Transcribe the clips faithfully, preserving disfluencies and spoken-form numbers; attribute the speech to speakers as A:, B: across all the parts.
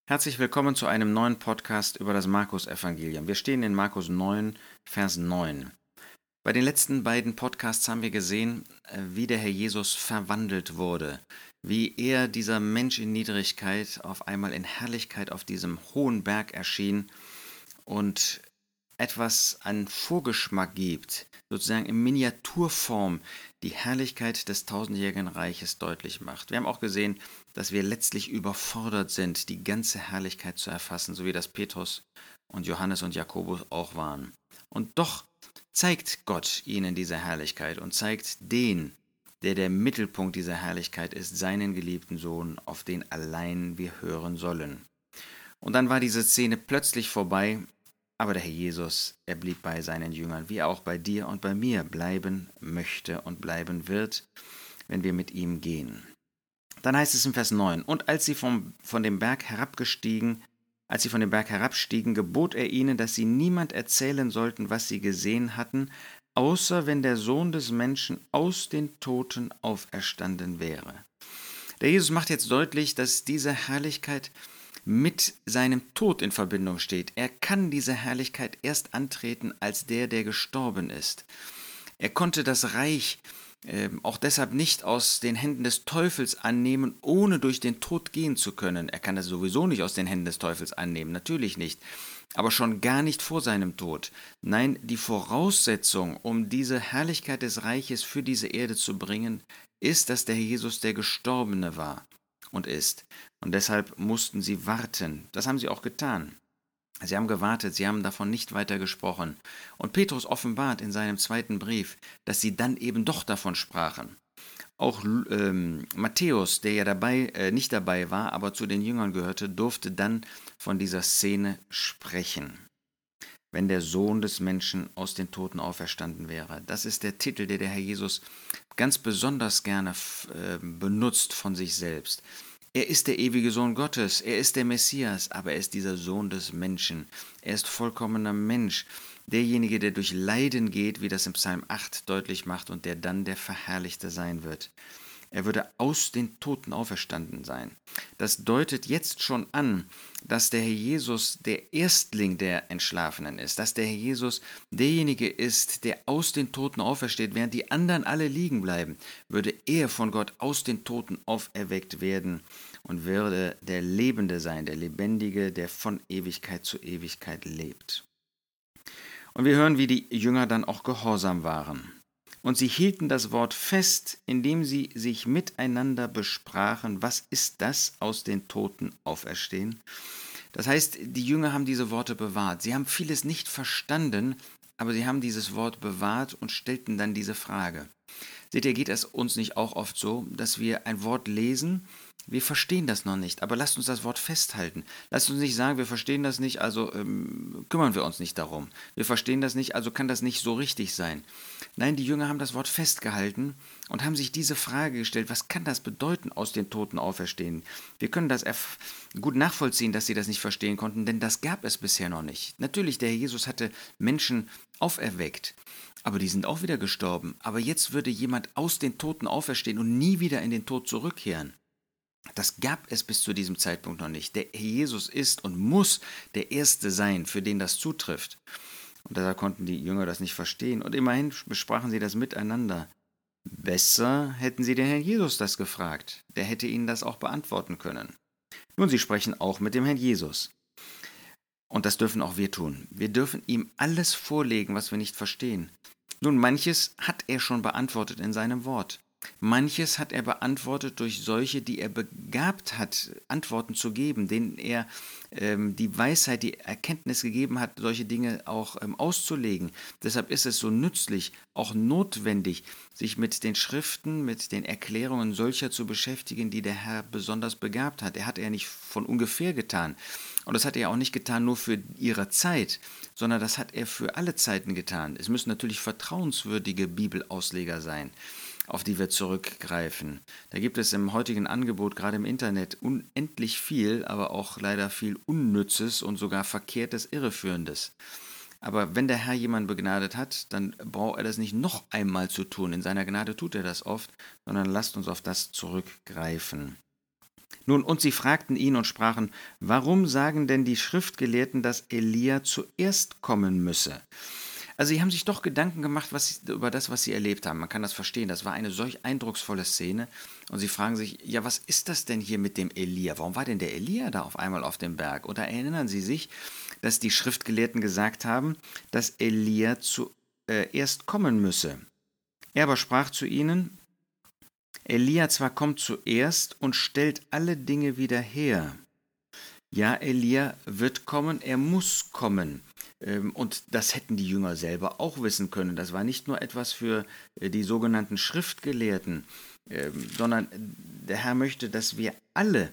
A: Herzlich willkommen zu einem neuen Podcast über das Markus-Evangelium. Wir stehen in Markus neun, Vers neun. Bei den letzten beiden Podcasts haben wir gesehen, wie der Herr Jesus verwandelt wurde, wie er, dieser Mensch in Niedrigkeit, auf einmal in Herrlichkeit auf diesem hohen Berg erschien und etwas an Vorgeschmack gibt, sozusagen in Miniaturform die Herrlichkeit des tausendjährigen Reiches deutlich macht. Wir haben auch gesehen, dass wir letztlich überfordert sind, die ganze Herrlichkeit zu erfassen, so wie das Petrus und Johannes und Jakobus auch waren. Und doch zeigt Gott ihnen diese Herrlichkeit und zeigt den, der der Mittelpunkt dieser Herrlichkeit ist, seinen geliebten Sohn, auf den allein wir hören sollen. Und dann war diese Szene plötzlich vorbei, aber der Herr Jesus, er blieb bei seinen Jüngern, wie er auch bei dir und bei mir bleiben möchte und bleiben wird, wenn wir mit ihm gehen. Dann heißt es im Vers neun, und als sie vom, von dem Berg herabgestiegen, als sie von dem Berg herabstiegen, gebot er ihnen, dass sie niemand erzählen sollten, was sie gesehen hatten, außer wenn der Sohn des Menschen aus den Toten auferstanden wäre. Der Jesus macht jetzt deutlich, dass diese Herrlichkeit mit seinem Tod in Verbindung steht. Er kann diese Herrlichkeit erst antreten als der, der gestorben ist. Er konnte das Reich äh, auch deshalb nicht aus den Händen des Teufels annehmen, ohne durch den Tod gehen zu können. Er kann das sowieso nicht aus den Händen des Teufels annehmen, natürlich nicht, aber schon gar nicht vor seinem Tod. Nein, die Voraussetzung, um diese Herrlichkeit des Reiches für diese Erde zu bringen, ist, dass der Herr Jesus der Gestorbene war und ist. Und deshalb mussten sie warten. Das haben sie auch getan. Sie haben gewartet, sie haben davon nicht weiter gesprochen. Und Petrus offenbart in seinem zweiten Brief, dass sie dann eben doch davon sprachen. Auch ähm, Matthäus, der ja dabei, äh, nicht dabei war, aber zu den Jüngern gehörte, durfte dann von dieser Szene sprechen. Wenn der Sohn des Menschen aus den Toten auferstanden wäre. Das ist der Titel, den der Herr Jesus ganz besonders gerne äh, benutzt von sich selbst. Er ist der ewige Sohn Gottes, er ist der Messias, aber er ist dieser Sohn des Menschen. Er ist vollkommener Mensch, derjenige, der durch Leiden geht, wie das im Psalm acht deutlich macht, und der dann der Verherrlichte sein wird. Er würde aus den Toten auferstanden sein. Das deutet jetzt schon an, dass der Herr Jesus der Erstling der Entschlafenen ist, dass der Herr Jesus derjenige ist, der aus den Toten aufersteht, während die anderen alle liegen bleiben, würde er von Gott aus den Toten auferweckt werden und würde der Lebende sein, der Lebendige, der von Ewigkeit zu Ewigkeit lebt. Und wir hören, wie die Jünger dann auch gehorsam waren. Und sie hielten das Wort fest, indem sie sich miteinander besprachen, was ist das aus den Toten auferstehen? Das heißt, die Jünger haben diese Worte bewahrt. Sie haben vieles nicht verstanden, aber sie haben dieses Wort bewahrt und stellten dann diese Frage. Seht ihr, geht es uns nicht auch oft so, dass wir ein Wort lesen, wir verstehen das noch nicht, aber lasst uns das Wort festhalten. Lasst uns nicht sagen, wir verstehen das nicht, also ähm, kümmern wir uns nicht darum. Wir verstehen das nicht, also kann das nicht so richtig sein. Nein, die Jünger haben das Wort festgehalten und haben sich diese Frage gestellt, was kann das bedeuten, aus den Toten auferstehen? Wir können das gut nachvollziehen, dass sie das nicht verstehen konnten, denn das gab es bisher noch nicht. Natürlich, der Herr Jesus hatte Menschen auferweckt, aber die sind auch wieder gestorben. Aber jetzt würde jemand aus den Toten auferstehen und nie wieder in den Tod zurückkehren. Das gab es bis zu diesem Zeitpunkt noch nicht. Der Herr Jesus ist und muss der Erste sein, für den das zutrifft. Und deshalb konnten die Jünger das nicht verstehen. Und immerhin besprachen sie das miteinander. Besser hätten sie den Herrn Jesus das gefragt. Der hätte ihnen das auch beantworten können. Nun, sie sprechen auch mit dem Herrn Jesus. Und das dürfen auch wir tun. Wir dürfen ihm alles vorlegen, was wir nicht verstehen. Nun, manches hat er schon beantwortet in seinem Wort. Manches hat er beantwortet durch solche, die er begabt hat, Antworten zu geben, denen er ähm, die Weisheit, die Erkenntnis gegeben hat, solche Dinge auch ähm, auszulegen. Deshalb ist es so nützlich, auch notwendig, sich mit den Schriften, mit den Erklärungen solcher zu beschäftigen, die der Herr besonders begabt hat. Er hat er nicht von ungefähr getan. Und das hat er auch nicht getan nur für ihre Zeit, sondern das hat er für alle Zeiten getan. Es müssen natürlich vertrauenswürdige Bibelausleger sein, auf die wir zurückgreifen. Da gibt es im heutigen Angebot, gerade im Internet, unendlich viel, aber auch leider viel Unnützes und sogar Verkehrtes, Irreführendes. Aber wenn der Herr jemanden begnadet hat, dann braucht er das nicht noch einmal zu tun. In seiner Gnade tut er das oft, sondern lasst uns auf das zurückgreifen. Nun, und sie fragten ihn und sprachen, warum sagen denn die Schriftgelehrten, dass Elia zuerst kommen müsse? Also sie haben sich doch Gedanken gemacht was, über das, was sie erlebt haben. Man kann das verstehen. Das war eine solch eindrucksvolle Szene. Und sie fragen sich, ja, was ist das denn hier mit dem Elia? Warum war denn der Elia da auf einmal auf dem Berg? Oder erinnern Sie sich, dass die Schriftgelehrten gesagt haben, dass Elia zuerst kommen müsse? Er aber sprach zu ihnen, Elia zwar kommt zuerst und stellt alle Dinge wieder her. Ja, Elia wird kommen, er muss kommen. Und das hätten die Jünger selber auch wissen können. Das war nicht nur etwas für die sogenannten Schriftgelehrten, sondern der Herr möchte, dass wir alle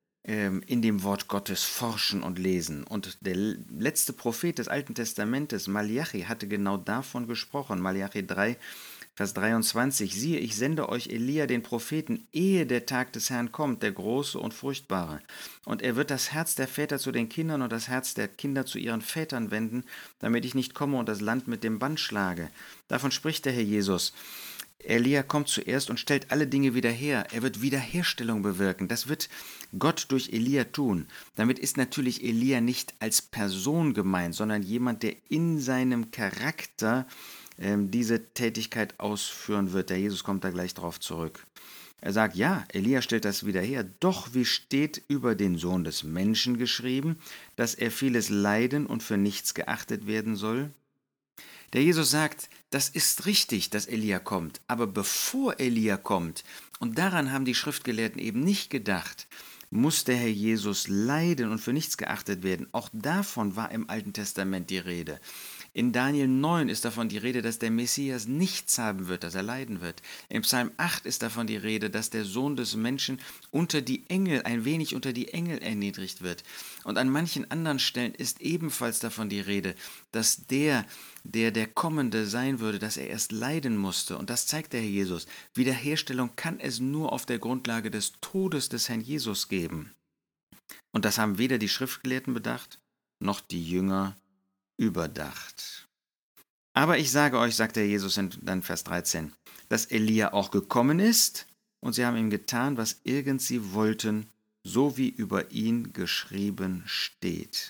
A: in dem Wort Gottes forschen und lesen. Und der letzte Prophet des Alten Testamentes, Malachi, hatte genau davon gesprochen. Malachi drei, Vers dreiundzwanzig. Siehe, ich sende euch Elia, den Propheten, ehe der Tag des Herrn kommt, der große und furchtbare. Und er wird das Herz der Väter zu den Kindern und das Herz der Kinder zu ihren Vätern wenden, damit ich nicht komme und das Land mit dem Bann schlage. Davon spricht der Herr Jesus. Elia kommt zuerst und stellt alle Dinge wieder her. Er wird Wiederherstellung bewirken. Das wird Gott durch Elia tun. Damit ist natürlich Elia nicht als Person gemeint, sondern jemand, der in seinem Charakter ähm, diese Tätigkeit ausführen wird. Der Jesus kommt da gleich drauf zurück. Er sagt, ja, Elia stellt das wieder her. Doch wie steht über den Sohn des Menschen geschrieben, dass er vieles leiden und für nichts geachtet werden soll? Der Jesus sagt, das ist richtig, dass Elia kommt, aber bevor Elia kommt, und daran haben die Schriftgelehrten eben nicht gedacht, muss der Herr Jesus leiden und für nichts geachtet werden. Auch davon war im Alten Testament die Rede. In Daniel neun ist davon die Rede, dass der Messias nichts haben wird, dass er leiden wird. Im Psalm acht ist davon die Rede, dass der Sohn des Menschen unter die Engel, ein wenig unter die Engel erniedrigt wird. Und an manchen anderen Stellen ist ebenfalls davon die Rede, dass der, der der Kommende sein würde, dass er erst leiden musste. Und das zeigt der Herr Jesus. Wiederherstellung kann es nur auf der Grundlage des Todes des Herrn Jesus geben. Und das haben weder die Schriftgelehrten bedacht, noch die Jünger überdacht. Aber ich sage euch, sagt der Jesus in dann Vers dreizehn, dass Elia auch gekommen ist, und sie haben ihm getan, was irgend sie wollten, so wie über ihn geschrieben steht.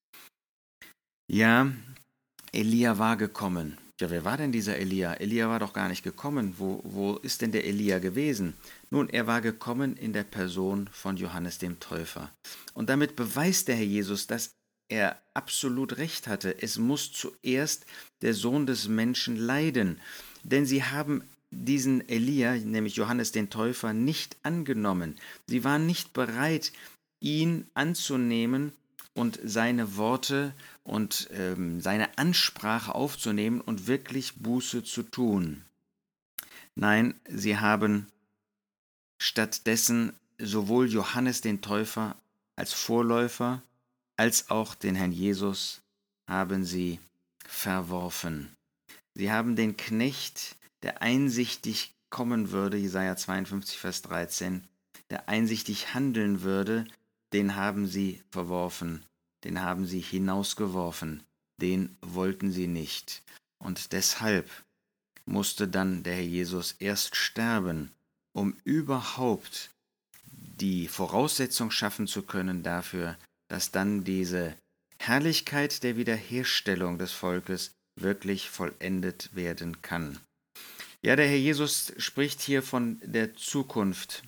A: Ja, Elia war gekommen. Ja, wer war denn dieser Elia? Elia war doch gar nicht gekommen. Wo, wo ist denn der Elia gewesen? Nun, er war gekommen in der Person von Johannes dem Täufer. Und damit beweist der Herr Jesus, dass er absolut recht hatte. Es muss zuerst der Sohn des Menschen leiden. Denn sie haben diesen Elia, nämlich Johannes den Täufer, nicht angenommen. Sie waren nicht bereit, ihn anzunehmen und seine Worte und ähm, seine Ansprache aufzunehmen und wirklich Buße zu tun. Nein, sie haben stattdessen sowohl Johannes den Täufer als Vorläufer als auch den Herrn Jesus haben sie verworfen. Sie haben den Knecht, der einsichtig kommen würde, Jesaja zweiundfünfzig, Vers dreizehn, der einsichtig handeln würde, den haben sie verworfen, den haben sie hinausgeworfen, den wollten sie nicht. Und deshalb musste dann der Herr Jesus erst sterben, um überhaupt die Voraussetzung schaffen zu können dafür, dass dann diese Herrlichkeit der Wiederherstellung des Volkes wirklich vollendet werden kann. Ja, der Herr Jesus spricht hier von der Zukunft,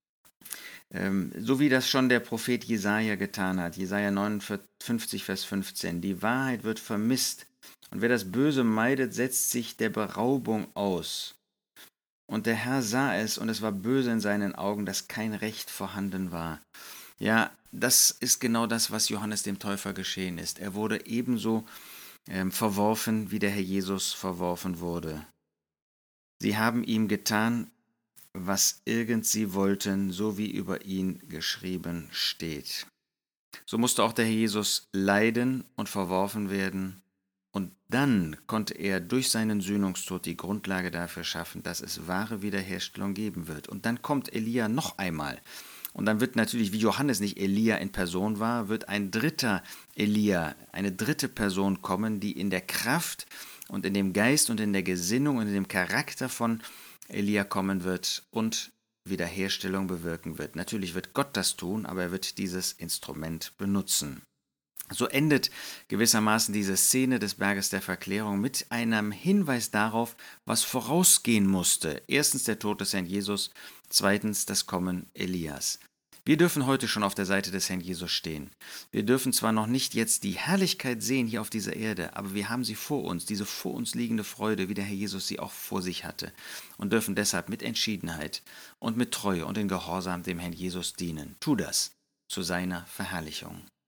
A: ähm, so wie das schon der Prophet Jesaja getan hat. Jesaja neunundfünfzig, Vers fünfzehn. Die Wahrheit wird vermisst, und wer das Böse meidet, setzt sich der Beraubung aus. Und der Herr sah es, und es war böse in seinen Augen, dass kein Recht vorhanden war. Ja, das ist genau das, was Johannes dem Täufer geschehen ist. Er wurde ebenso ähm, verworfen, wie der Herr Jesus verworfen wurde. Sie haben ihm getan, was irgend sie wollten, so wie über ihn geschrieben steht. So musste auch der Herr Jesus leiden und verworfen werden. Und dann konnte er durch seinen Sühnungstod die Grundlage dafür schaffen, dass es wahre Wiederherstellung geben wird. Und dann kommt Elia noch einmal. Und dann wird natürlich, wie Johannes nicht Elia in Person war, wird ein dritter Elia, eine dritte Person kommen, die in der Kraft und in dem Geist und in der Gesinnung und in dem Charakter von Elia kommen wird und Wiederherstellung bewirken wird. Natürlich wird Gott das tun, aber er wird dieses Instrument benutzen. So endet gewissermaßen diese Szene des Berges der Verklärung mit einem Hinweis darauf, was vorausgehen musste. Erstens der Tod des Herrn Jesus, zweitens das Kommen Elias. Wir dürfen heute schon auf der Seite des Herrn Jesus stehen. Wir dürfen zwar noch nicht jetzt die Herrlichkeit sehen hier auf dieser Erde, aber wir haben sie vor uns, diese vor uns liegende Freude, wie der Herr Jesus sie auch vor sich hatte, und dürfen deshalb mit Entschiedenheit und mit Treue und in Gehorsam dem Herrn Jesus dienen. Tu das zu seiner Verherrlichung.